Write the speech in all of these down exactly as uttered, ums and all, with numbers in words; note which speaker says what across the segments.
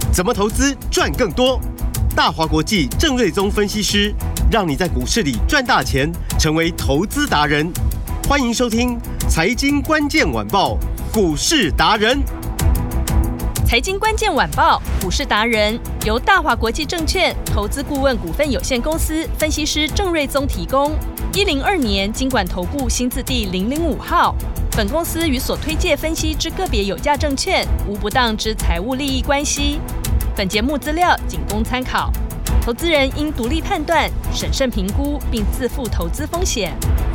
Speaker 1: 怎么投资赚更多？大华国际郑瑞宗分析师，让你在股市里赚大钱，成为投资达人。欢迎收听《财经关键晚报》股市达人。
Speaker 2: 财经关键晚报股市达人由大华国际证券投资顾问股份有限公司分析师郑瑞宗提供。一零二年金管投顾新字第零零五号。本公司与所推介分析之个别有价证券无不当之财务利益关系。本节目资料仅供参考，投资人应独立判断、审慎评估，并自负投资风险。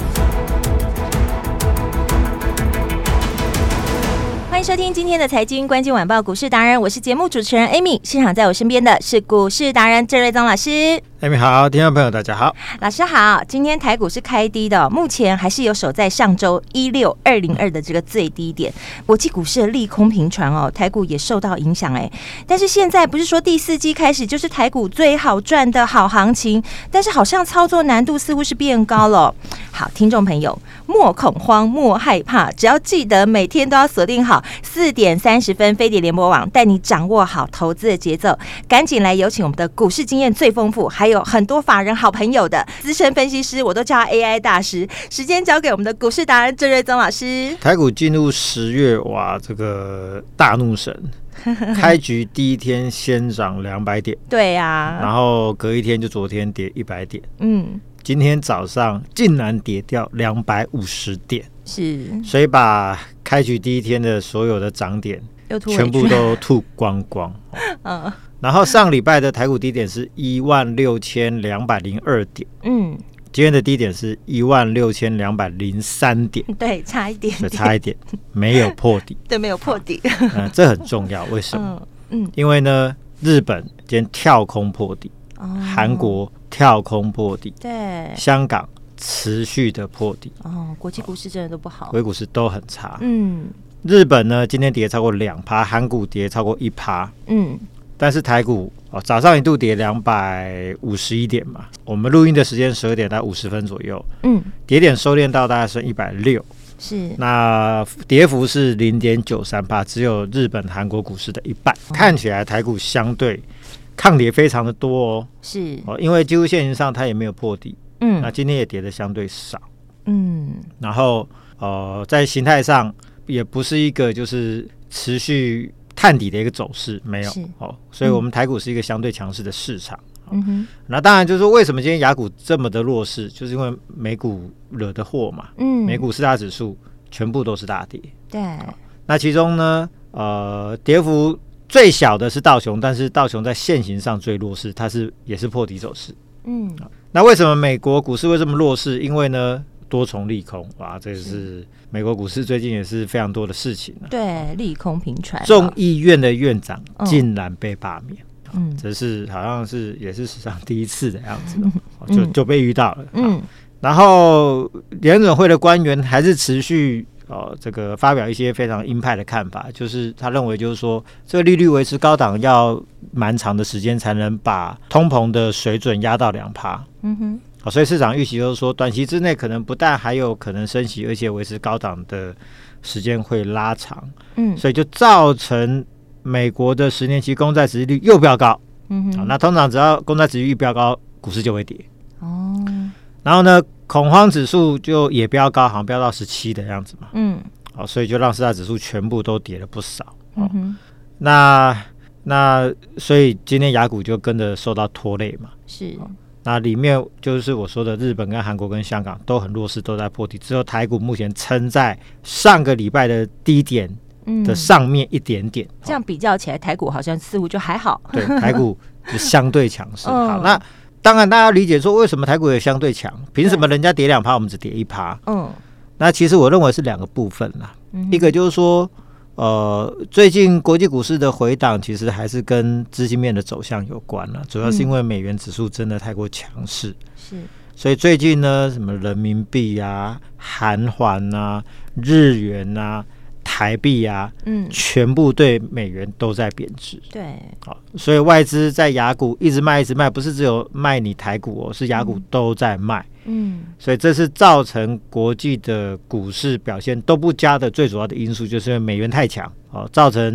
Speaker 3: 欢迎收听今天的财经关键晚报股市达人，我是节目主持人 Amy， 现场在我身边的是股市达人郑瑞宗老师。
Speaker 4: Amy 好，听众朋友大家好。
Speaker 3: 老师好，今天台股是开低的、哦，目前还是有守在上周一六二零二的这个最低点。国际股市的利空频传哦，台股也受到影响哎。但是现在不是说第四季开始就是台股最好赚的好行情，但是好像操作难度似乎是变高了、哦。好，听众朋友，莫恐慌，莫害怕，只要记得每天都要锁定好四点三十分飞碟联播网，带你掌握好投资的节奏。赶紧来有请我们的股市经验最丰富，还有很多法人好朋友的资深分析师，我都叫他 A I 大师。时间交给我们的股市达人郑瑞宗老师。
Speaker 4: 台股进入十月，哇，这个大怒神，开局第一天先涨两百点，
Speaker 3: 对啊，
Speaker 4: 然后隔一天就昨天跌一百点，
Speaker 3: 嗯，
Speaker 4: 今天早上竟然跌掉两百五十点，
Speaker 3: 是，
Speaker 4: 所以把开局第一天的所有的涨点全部都吐光光。嗯。然后上礼拜的台股低点是一万六千两百零二点，嗯，今天的低点是一万六千两百零三点，
Speaker 3: 对，差一点点，
Speaker 4: 差一点，没有破底，
Speaker 3: 对，没有破底，
Speaker 4: 嗯，这很重要，为什么？
Speaker 3: 嗯，嗯
Speaker 4: 因为呢，日本今天跳空破底，哦，韩国跳空破底，
Speaker 3: 对，
Speaker 4: 香港持续的破底，
Speaker 3: 哦，国际股市真的都不好，
Speaker 4: 国际股市都很差，
Speaker 3: 嗯，
Speaker 4: 日本呢今天跌超过两趴，韩股跌超过一趴，嗯。但是台股、哦、早上一度跌两百五十一点嘛，我们录音的时间十二点到五十分左右，嗯，跌点收敛到大概剩一百六，是，那跌幅是零点九三趴，只有日本、韩国股市的一半。哦、看起来台股相对抗跌非常的多哦，是哦，因为几乎线型上它也没有破底，嗯，那今天也跌的相对少，嗯，然后呃，在形态上也不是一个就是持续探底的一个走势没有、哦、所以我们台股是一个相对强势的市场、嗯哼、那当然就是说为什么今天亚股这么的弱势，就是因为美股惹的祸嘛、嗯、美股四大指数全部都是大跌，
Speaker 3: 对、
Speaker 4: 哦、那其中呢呃跌幅最小的是道琼，但是道琼在线型上最弱势，它是也是破底走势，嗯、哦，那为什么美国股市会这么弱势？因为呢多重利空，哇，这是美国股市最近也是非常多的事情、啊、
Speaker 3: 对，利空频传，
Speaker 4: 众议院的院长竟然被罢免，嗯，这是好像是也是史上第一次的样子、哦嗯、就就被遇到了，嗯，然后联准会的官员还是持续哦，这个发表一些非常鹰派的看法，就是他认为就是说这个利率维持高档要蛮长的时间才能把通膨的水准压到两趴，嗯哼。哦、所以市场预期就是说短期之内可能不但还有可能升息，而且维持高档的时间会拉长，嗯，所以就造成美国的十年期公债殖利率又飙高，嗯哼、哦、那通常只要公债殖利率飙高，股市就会跌，哦，然后呢恐慌指数就也飙高，好像飙到十七的样子嘛，嗯，好、哦，所以就让四大指数全部都跌了不少，哦、嗯哼，那那所以今天亚股就跟着受到拖累嘛，是。哦，那里面就是我说的日本跟韩国跟香港都很弱势，都在破底，只有台股目前撑在上个礼拜的低点的上面一点点、嗯、
Speaker 3: 这样比较起来台股好像似乎就还好，
Speaker 4: 对，台股就相对强势、嗯、好，那当然大家理解说为什么台股也相对强，凭什么人家跌两趴我们只跌一趴，嗯，那其实我认为是两个部分啦、嗯、一个就是说呃，最近国际股市的回档其实还是跟资金面的走向有关了，主要是因为美元指数真的太过强势、嗯，是，所以最近呢，什么人民币啊、韩环啊、日元啊、台币啊，嗯，全部对美元都在贬值，对，好，所以外资在亚股一直卖一直卖，不是只有卖你台股哦，是亚股都在卖。嗯，所以这是造成国际的股市表现都不佳的最主要的因素，就是因为美元太强、哦、造成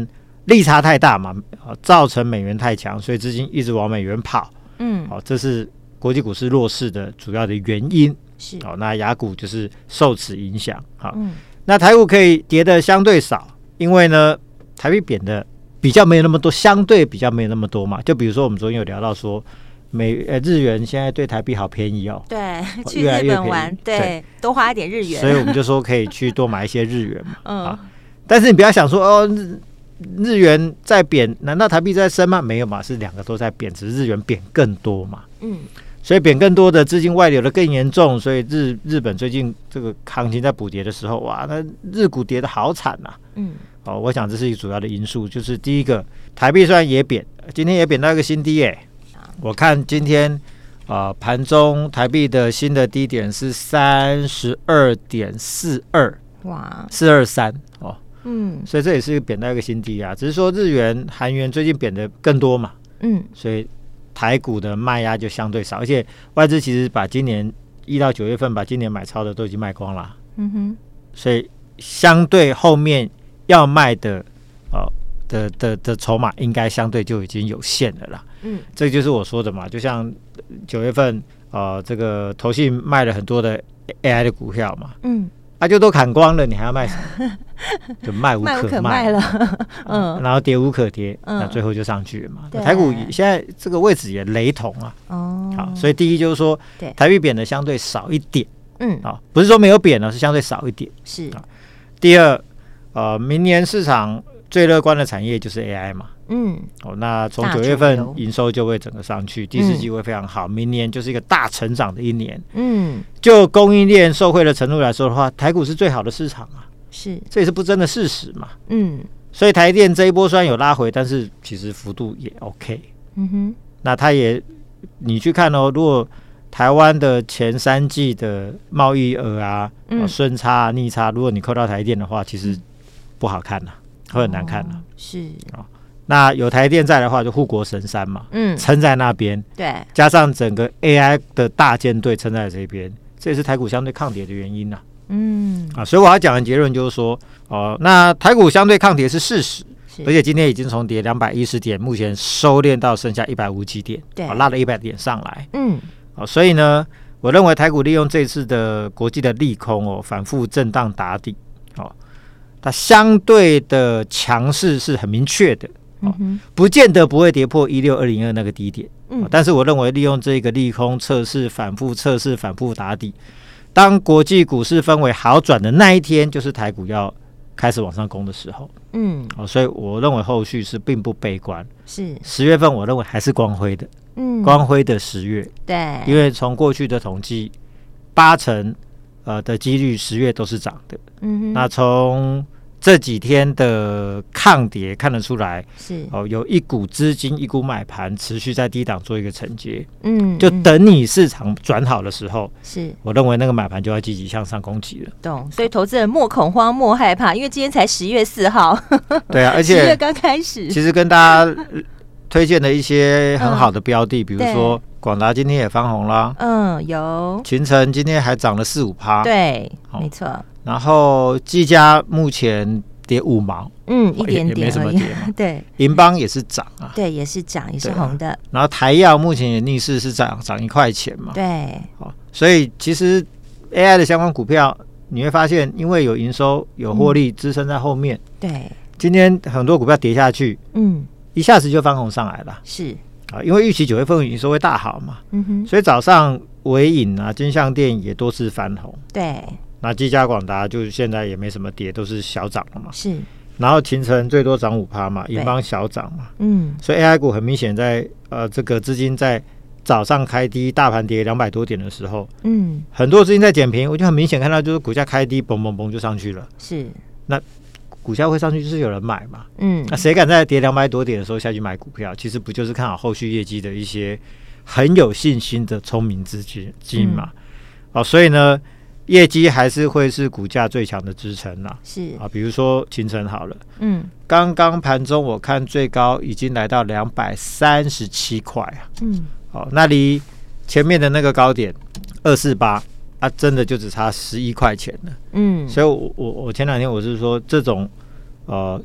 Speaker 4: 利差太大嘛，造成美元太强，所以资金一直往美元跑。嗯，好，这是国际股市弱势的主要的原因。是，好，那亚股就是受此影响。好，嗯，那台股可以跌的相对少，因为呢，台币贬的比较没有那么多，相对比较没有那么多嘛。就比如说我们昨天有聊到说，美呃日元现在对台币好便宜哦。
Speaker 3: 对，去日本玩，对，对多花一点日元。
Speaker 4: 所以我们就说可以去多买一些日元嘛。嗯，啊，但是你不要想说哦。日日元在贬，难道台币在升吗？没有嘛，是两个都在贬，只是日元贬更多嘛。嗯，所以贬更多的资金外流的更严重，所以日日本最近这个行情在补跌的时候，哇，那日股跌的好惨呐、啊。嗯，哦，我想这是一个主要的因素，就是第一个，台币虽然也贬，今天也贬到一个新低耶、欸。我看今天啊盘中台币的新的低点是三十二点四二，哇，四二三哦。嗯，所以这也是贬到一个新低啊，只是说日元、韩元最近贬的更多嘛，嗯，所以台股的卖压就相对少，而且外资其实把今年一到九月份把今年买超的都已经卖光了，嗯哼，所以相对后面要卖的呃的的的筹码应该相对就已经有限了啦，嗯，这就是我说的嘛，就像九月份呃这个投信卖了很多的 A I 的股票嘛，嗯。啊，就都砍光了，你还要卖什么？就卖无可卖,
Speaker 3: 卖, 无可卖了，
Speaker 4: 嗯，然后跌无可跌，嗯、那最后就上去了嘛。台股现在这个位置也雷同啊，哦，好，所以第一就是说，台币贬的相对少一点，嗯，啊，不是说没有贬呢，是相对少一点，是。第二，呃，明年市场最乐观的产业就是 A I 嘛。嗯，哦，那从九月份营收就会整个上去，第四季会非常好，嗯、明年就是一个大成长的一年。嗯，就供应链受惠的程度来说的话，台股是最好的市场啊，是，这也是不争的事实嘛。嗯，所以台电这一波虽然有拉回，但是其实幅度也 OK。嗯哼，那它也，你去看哦，如果台湾的前三季的贸易额啊、嗯、顺差、啊、逆差，如果你扣到台电的话，其实不好看呐、啊，会很难看呐、啊。是啊。那有台电在的话，就护国神山嘛，嗯，撑在那边，对，加上整个 A I 的大舰队撑在这边，这也是台股相对抗跌的原因呐、啊，嗯，啊，所以我要讲的结论就是说，哦、呃，那台股相对抗跌是事实，而且今天已经从跌两百一十点，目前收敛到剩下一百五十几点，对、啊，拉了一百点上来，嗯，啊，所以呢，我认为台股利用这次的国际的利空哦，反复震荡打底，哦，它相对的强势是很明确的。嗯、不见得不会跌破一六二零二那个低点、嗯、但是我认为利用这个利空测试反复测试反复打底，当国际股市氛围好转的那一天，就是台股要开始往上攻的时候。嗯、哦，所以我认为后续是并不悲观，是十月份我认为还是光辉的，嗯，光辉的十月，对，因为从过去的统计，八成呃的几率十月都是涨的，嗯，那从这几天的抗跌看得出来，是哦，有一股资金一股买盘持续在低档做一个承接，嗯，就等你市场转好的时候，是我认为那个买盘就要积极向上攻击了。
Speaker 3: 懂，所以投资人莫恐慌莫害怕，因为今天才十月四号，
Speaker 4: 对啊，而且
Speaker 3: 十月刚开始，
Speaker 4: 其实跟大家推荐的一些很好的标的，嗯、比如说广达今天也翻红啦，嗯，有勤诚今天还涨了四五趴，对，哦、没错。然后技嘉目前跌五毛，嗯，一点点也没什么跌嘛。对，银邦也是涨啊，
Speaker 3: 对，也是涨，也是红的。
Speaker 4: 然后台药目前也逆势是涨涨一块钱嘛，对，好，所以其实 A I 的相关股票你会发现，因为有营收有获利支撑在后面，嗯、对，今天很多股票跌下去，嗯，一下子就翻红上来了，是啊，因为预期九月份营收会大好嘛，嗯哼，所以早上微影啊、金像电也多次翻红，对。那技嘉广达就现在也没什么跌，都是小涨了嘛。是，然后勤诚最多涨五趴嘛，银邦小涨嘛。嗯，所以 A I 股很明显在呃这个资金在早上开低，大盘跌两百多点的时候，嗯，很多资金在捡便宜，我就很明显看到就是股价开低，嘣嘣嘣就上去了。是，那股价会上去就是有人买嘛。嗯，那谁敢在跌两百多点的时候下去买股票？其实不就是看好后续业绩的一些很有信心的聪明资金嘛？嗯、哦，所以呢。业绩还是会是股价最强的支撑啦，是啊，比如说勤诚好了，嗯，刚刚盘中我看最高已经来到两百三十七块啊，嗯，好、哦，那离前面的那个高点二四八啊，真的就只差十一块钱了，嗯，所以我我我前两天我是说这种呃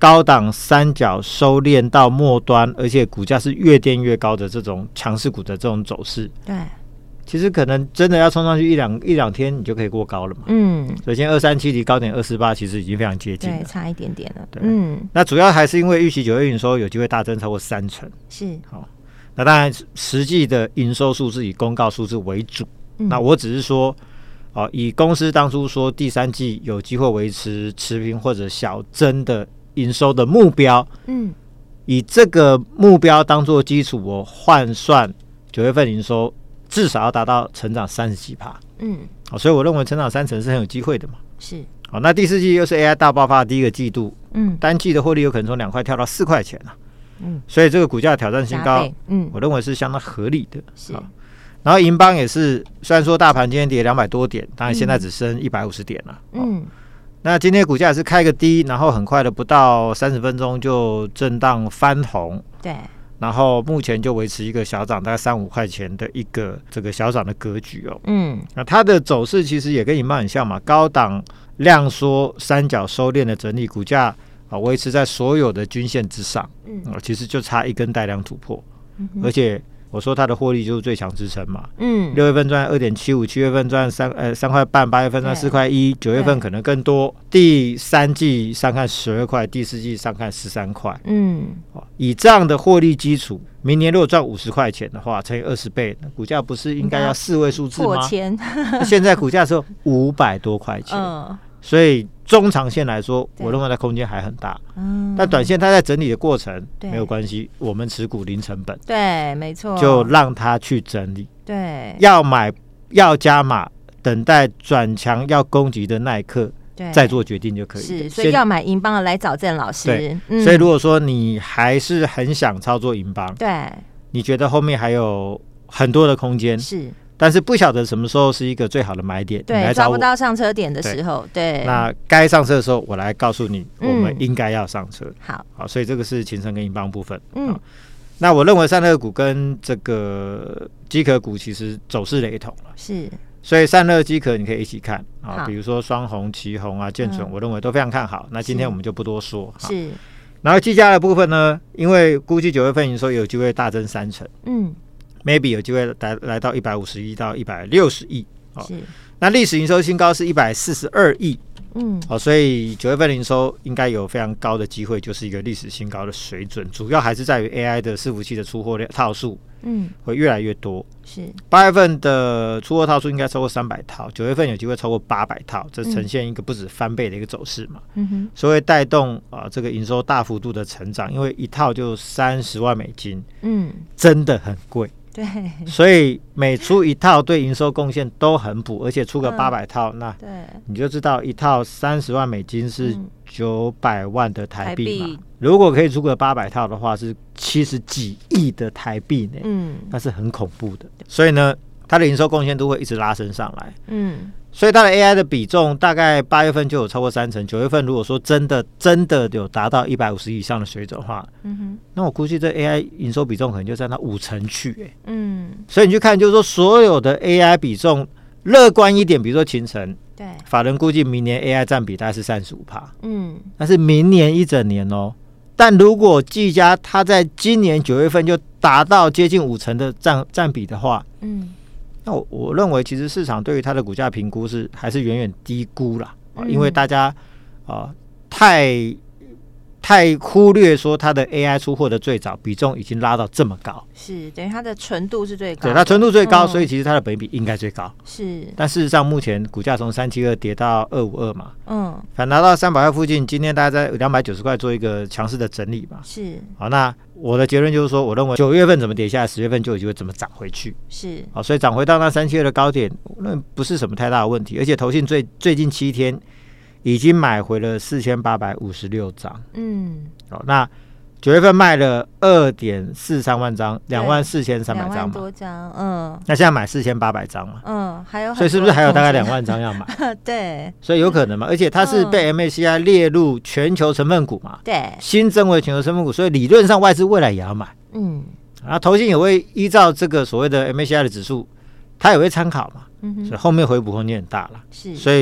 Speaker 4: 高档三角收敛到末端，而且股价是越垫越高的这种强势股的这种走势，
Speaker 3: 对，
Speaker 4: 其实可能真的要冲上去一两一两天，你就可以过高了嘛。嗯，所以现在二三七离高点二四八其实已经非常接近了，
Speaker 3: 对，差一点点了。
Speaker 4: 对，嗯，那主要还是因为预期九月营收有机会大增超过三成，
Speaker 3: 是
Speaker 4: 好。那当然，实际的营收数字以公告数字为主。嗯、那我只是说，哦，以公司当初说第三季有机会维持持平或者小增的营收的目标，嗯，以这个目标当做基础，我换算九月份营收至少要达到成长三十几趴，嗯，好，所以我认为成长三成是很有机会的嘛。
Speaker 3: 是，
Speaker 4: 好，那第四季又是 A I 大爆发的第一个季度，嗯，单季的获利有可能从两块跳到四块钱了。嗯，所以这个股价挑战新高，嗯，我认为是相当合理的。是，然后银邦也是，虽然说大盘今天跌两百多点，当然现在只剩一百五十点了。嗯，那今天股价也是开个低，然后很快的不到三十分钟就震荡翻红。
Speaker 3: 对，
Speaker 4: 然后目前就维持一个小涨，大概三五块钱的一个这个小涨的格局哦。嗯，那它的走势其实也跟银邦很像嘛，高档量缩三角收敛的整理，股价。啊，维持在所有的均线之上，嗯，其实就差一根带量突破，嗯、而且我说它的获利就是最强支撑嘛，嗯，六月份赚二点七五，七月份赚三呃三块半，八月份赚四块一，九月份可能更多，第三季上看十二块，第四季上看十三块，嗯，以这样的获利基础，明年如果赚五十块钱的话，乘以二十倍，股价不是应该要四位数字吗？
Speaker 3: 破千，
Speaker 4: 现在股价是五百多块钱，嗯。所以中长线来说，我认为它空间还很大。嗯，但短线它在整理的过程没有关系，我们持股零成本。
Speaker 3: 对，没错，
Speaker 4: 就让它去整理。
Speaker 3: 对，
Speaker 4: 要买要加码，等待转强要攻击的那一刻，再做决定就可以。
Speaker 3: 是，所以要买银邦的来找郑老师。
Speaker 4: 对，嗯、所以如果说你还是很想操作银邦，
Speaker 3: 对，
Speaker 4: 你觉得后面还有很多的空间，
Speaker 3: 是。
Speaker 4: 但是不晓得什么时候是一个最好的买点，
Speaker 3: 对，抓不到上车点的时候， 对, 对，
Speaker 4: 那该上车的时候，我来告诉你，我们应该要上车。
Speaker 3: 嗯、好，
Speaker 4: 好，所以这个是勤诚跟银邦部分。嗯，那我认为散热股跟这个机壳股其实走势雷同了，
Speaker 3: 是，
Speaker 4: 所以散热机壳你可以一起看啊，比如说双红、奇宏啊、建准，我认为都非常看好。那今天我们就不多说。
Speaker 3: 是，
Speaker 4: 然后技嘉的部分呢，因为估计九月份营收有机会大增三成。嗯。maybe 有机会来来到一百五十亿到一百六十亿，哦，是。那历史营收新高是一百四十二亿，嗯，哦，所以九月份营收应该有非常高的机会，就是一个历史新高的水准。主要还是在于 A I 的伺服器的出货量套数，嗯，会越来越多。
Speaker 3: 是，
Speaker 4: 八月份的出货套数应该超过三百套，九月份有机会超过八百套，这呈现一个不止翻倍的一个走势嘛。嗯哼，所以带动啊、呃、这个营收大幅度的成长，因为一套就三十万美金，嗯，真的很贵。
Speaker 3: 对，
Speaker 4: 所以每出一套对营收贡献都很补，而且出个八百套，嗯、那对你就知道一套三十万美金是九百万的台币嘛。嗯、如果可以出个八百套的话，是七十几亿的台币呢，嗯，那是很恐怖的。所以呢，它的营收贡献度会一直拉升上来，嗯。所以它的 A I 的比重大概八月份就有超过三成，九月份如果说真的真的有达到一百五十以上的水准的话，嗯哼，那我估计这 A I 营收比重可能就占到五成去、欸，嗯，所以你去看，就是说所有的 A I 比重乐观一点，比如说勤诚，
Speaker 3: 对，
Speaker 4: 法人估计明年 A I 占比大概是三十五趴，嗯，但是明年一整年哦，但如果技嘉它在今年九月份就达到接近五成的占占比的话，嗯。那 我, 我认为，其实市场对于它的股价评估是还是远远低估啦，嗯、因为大家啊、呃、太太忽略说它的 A I 出货的最早比重已经拉到这么高，
Speaker 3: 是等于它的纯度是最高的，
Speaker 4: 对，它纯度最高，嗯、所以其实它的本益比应该最高，
Speaker 3: 是。
Speaker 4: 但事实上，目前股价从三七二跌到二五二嘛，嗯，反拿到三百块附近，今天大概在两百九十块做一个强势的整理嘛，
Speaker 3: 是。
Speaker 4: 好，那我的结论就是说，我认为九月份怎么跌下来，十月份就有机会怎么涨回去，
Speaker 3: 是。
Speaker 4: 好，所以涨回到那三七二的高点，那不是什么太大的问题，而且投信最最近七天已经买回了四千八百五十六张，嗯，好，那九月份卖了二点四三万张，两万四千三百张嘛，
Speaker 3: 多张，嗯，
Speaker 4: 那现在买四千八百张嘛，
Speaker 3: 嗯，还有，
Speaker 4: 所以是不是还有大概两万张要买？
Speaker 3: 对，
Speaker 4: 所以有可能嘛，而且它是被 M S C I 列入全球成分股嘛，
Speaker 3: 对，
Speaker 4: 新增为全球成分股，所以理论上外资未来也要买，嗯，然后投信也会依照这个所谓的 M S C I 的指数，它也会参考嘛，嗯，所以后面回补空间很大了，
Speaker 3: 是，
Speaker 4: 所以。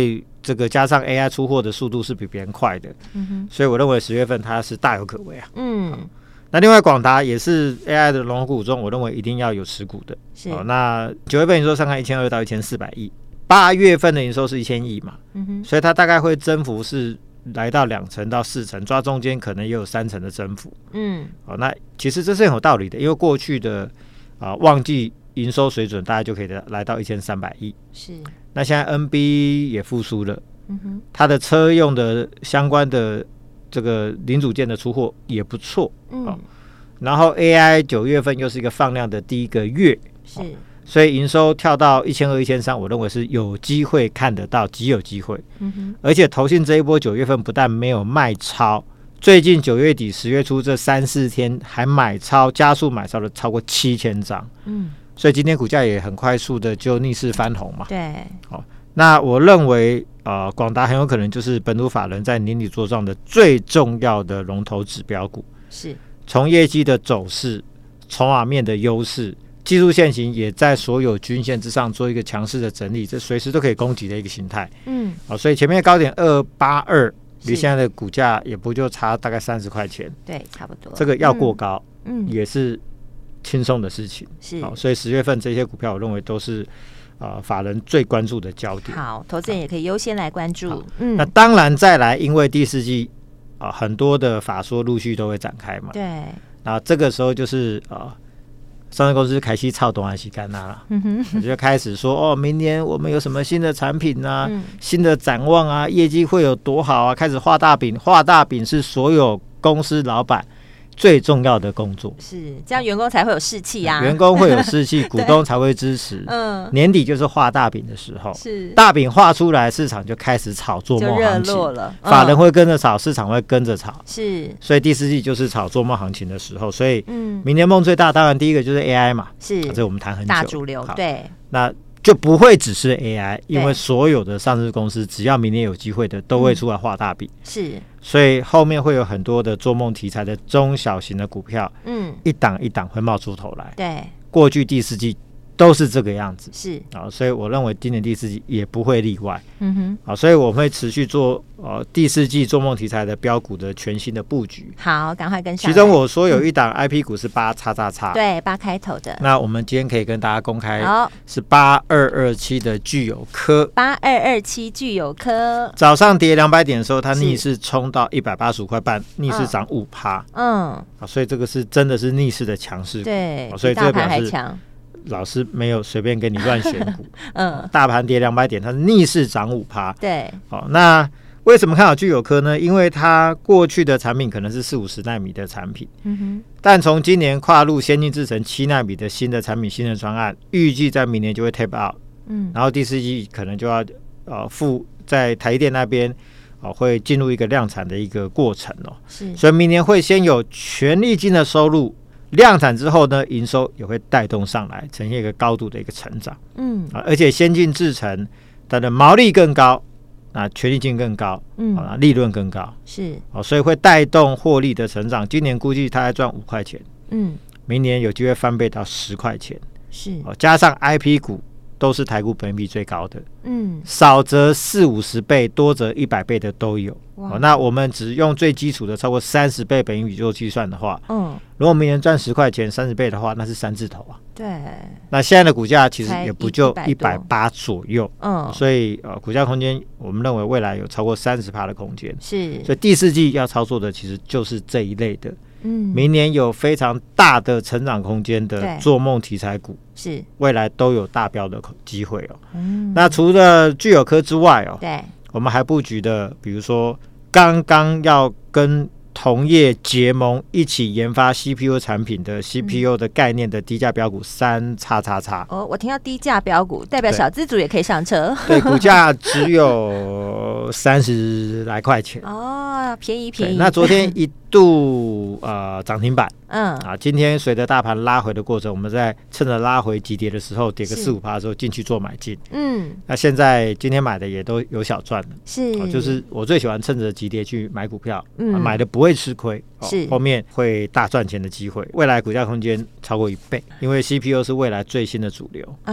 Speaker 4: 这个加上 A I 出货的速度是比别人快的，嗯哼，所以我认为十月份它是大有可为啊。嗯，那另外广达也是 A I 的龙头股中，我认为一定要有持股的。是、哦，那九月份营收上看一千二到一千四百亿，八月份的营收是一千亿嘛，嗯哼，所以它大概会增幅是来到两成到四成，抓中间可能也有三成的增幅。嗯，哦，那其实这是很有道理的，因为过去的啊、呃、旺季营收水准大概就可以来到一千三百亿。是，那现在 N B 也复苏了，嗯哼，它的车用的相关的这个零组件的出货也不错。嗯、哦，然后 A I 九月份又是一个放量的第一个月，是，哦、所以营收跳到一千二、一千三，我认为是有机会看得到，极有机会。嗯哼，而且投信这一波九月份不但没有卖超，最近九月底、十月初这三四天还买超，加速买超了超过七千张。嗯。所以今天股价也很快速的就逆势翻红嘛。对，好，那我认为呃，广达很有可能就是本土法人在年底做账的最重要的龙头指标股。是，从业绩的走势、筹码面的优势、技术线型也在所有均线之上做一个强势的整理，这随时都可以攻击的一个形态。嗯，好，所以前面的高点二八二，离现在的股价也不就差大概三十块钱。对，差不多。这个要过高，嗯，也是轻松的事情。是，好，所以十月份这些股票我认为都是呃法人最关注的焦点。
Speaker 3: 好，投资人也可以优先来关注。
Speaker 4: 嗯，那当然再来，因为第四季啊、呃、很多的法说陆续都会展开嘛。对，然后这个时候就是呃上市公司凯西操东还是干那了，嗯哼，就开始说哦，明年我们有什么新的产品啊、嗯、新的展望啊，业绩会有多好啊，开始画大饼。画大饼是所有公司老板最重要的工作，
Speaker 3: 是这样，员工才会有士气啊，
Speaker 4: 员工会有士气，股东才会支持。嗯，年底就是画大饼的时候，是大饼画出来，市场就开始炒做梦行情了，嗯、法人会跟着炒，市场会跟着炒，是，所以第四季就是炒做梦行情的时候，所以嗯，明年梦最大，当然第一个就是 A I 嘛，是，啊、这我们谈很久，
Speaker 3: 大主流，对，
Speaker 4: 那就不会只是 A I， 因为所有的上市公司只要明年有机会的，都会出来画大饼，嗯、是。所以后面会有很多的做梦题材的中小型的股票，嗯，一档一档会冒出头来。对，过去第四季都是这个样子，是啊，所以我认为今年第四季也不会例外。嗯哼，啊，所以我们会持续做呃第四季做梦题材的标股的全新的布局。
Speaker 3: 好，赶快跟上。
Speaker 4: 其中我说有一档 I P 股是八叉叉叉，
Speaker 3: 对，八开头的。
Speaker 4: 那我们今天可以跟大家公开，是八二二七的聚友科，
Speaker 3: 八二二七聚友科，
Speaker 4: 早上跌两百点的时候，它逆势冲到一百八十五块半，逆势涨五趴。嗯，啊，所以这个是真的是逆势的强势股。
Speaker 3: 对，
Speaker 4: 啊、所以这个表示
Speaker 3: 强。
Speaker 4: 老师没有随便给你乱选股，嗯，大盘跌两百点，它是逆势涨五趴，对，好，那为什么看好聚友科呢？因为它过去的产品可能是四五十奈米的产品，嗯哼，但从今年跨入先进制程七奈米的新的产品、新的专案，预计在明年就会 tape out， 嗯，然后第四季可能就要呃附在台电那边。哦，会进入一个量产的一个过程哦，是，所以明年会先有权利金的收入。量产之后呢，营收也会带动上来，呈现一个高度的一个成长。嗯，啊，而且先进制程它的毛利更高，啊，权利金更高，嗯，啊，利润更高，是，哦，所以会带动获利的成长。今年估计它还赚五块钱，嗯，明年有机会翻倍到十块钱，是，哦，加上 I P 股都是台股本益比最高的，嗯，少则四五十倍，多则一百倍的都有。哦，那我们只用最基础的超过三十倍本益比做计算的话，嗯，如果明年赚十块钱，三十倍的话，那是三字头啊。对，那现在的股价其实也不就一百八左右，嗯，所以呃，股价空间我们认为未来有超过三十趴的空间，是，所以第四季要操作的其实就是这一类的。嗯，明年有非常大的成长空间的做梦题材股，是未来都有大标的机会哦。嗯，那除了聚友科之外哦，对，我们还布局的，比如说刚刚要跟同业结盟一起研发 C P U 产品的 C P U 的概念的低价标股三叉叉叉。
Speaker 3: 哦，我听到低价标股，代表小资主也可以上车。
Speaker 4: 对，股价只有三十来块钱。
Speaker 3: 哦，便宜便宜。
Speaker 4: 那昨天一度呃涨停板，嗯啊，今天随着大盘拉回的过程，我们在趁着拉回急跌的时候，跌个四五趴的时候进去做买进。嗯，那现在今天买的也都有小赚了。是、哦，就是我最喜欢趁着急跌去买股票，嗯，啊、买的不会吃亏，哦、是后面会大赚钱的机会。未来股价空间超过一倍，因为 C P U 是未来最新的主流。嗯。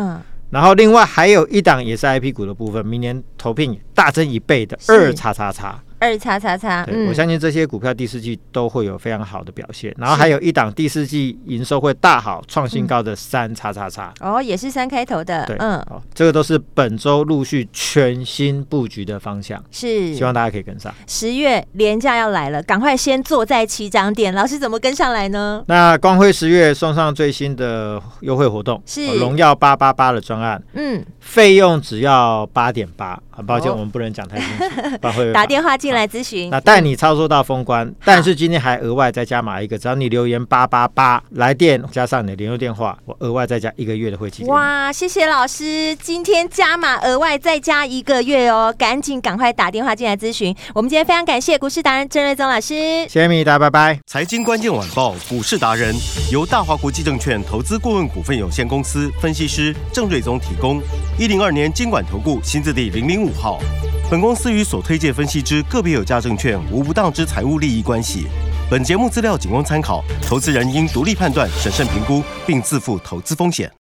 Speaker 4: 然后另外还有一档也是 I P 股的部分，明年投聘大增一倍的二叉叉叉。
Speaker 3: 二叉叉叉，
Speaker 4: 对、嗯、我相信这些股票第四季都会有非常好的表现，然后还有一档第四季营收会大好创新高的三叉叉叉，
Speaker 3: 哦，也是三开头的，
Speaker 4: 对，嗯，哦，这个都是本周陆续全新布局的方向，
Speaker 3: 是，
Speaker 4: 希望大家可以跟上。
Speaker 3: 十月连假要来了，赶快先坐在起涨点，老师怎么跟上来呢？
Speaker 4: 那光辉十月送上最新的优惠活动，是荣耀八八八的专案，嗯，费用只要八点八，很抱歉、哦、我们不能讲太清楚，不然会
Speaker 3: 打电话进来咨询，
Speaker 4: 那带你操作到封关，但是今天还额外再加码一个，只要你留言八八八来电加上你的联络电话，我额外再加一个月的会期。
Speaker 3: 哇，谢谢老师，今天加码额外再加一个月哦，赶紧赶快打电话进来咨询。我们今天非常感谢股市达人郑瑞宗老师，
Speaker 4: 谢谢米达，拜拜。
Speaker 1: 财经关键晚报股市达人由大华国际证券投资顾问股份有限公司分析师郑瑞宗提供，一零二年金管投顾新字第零零五号。本公司与所推介分析之个别有价证券无不当之财务利益关系。本节目资料仅供参考，投资人应独立判断、审慎评估，并自负投资风险。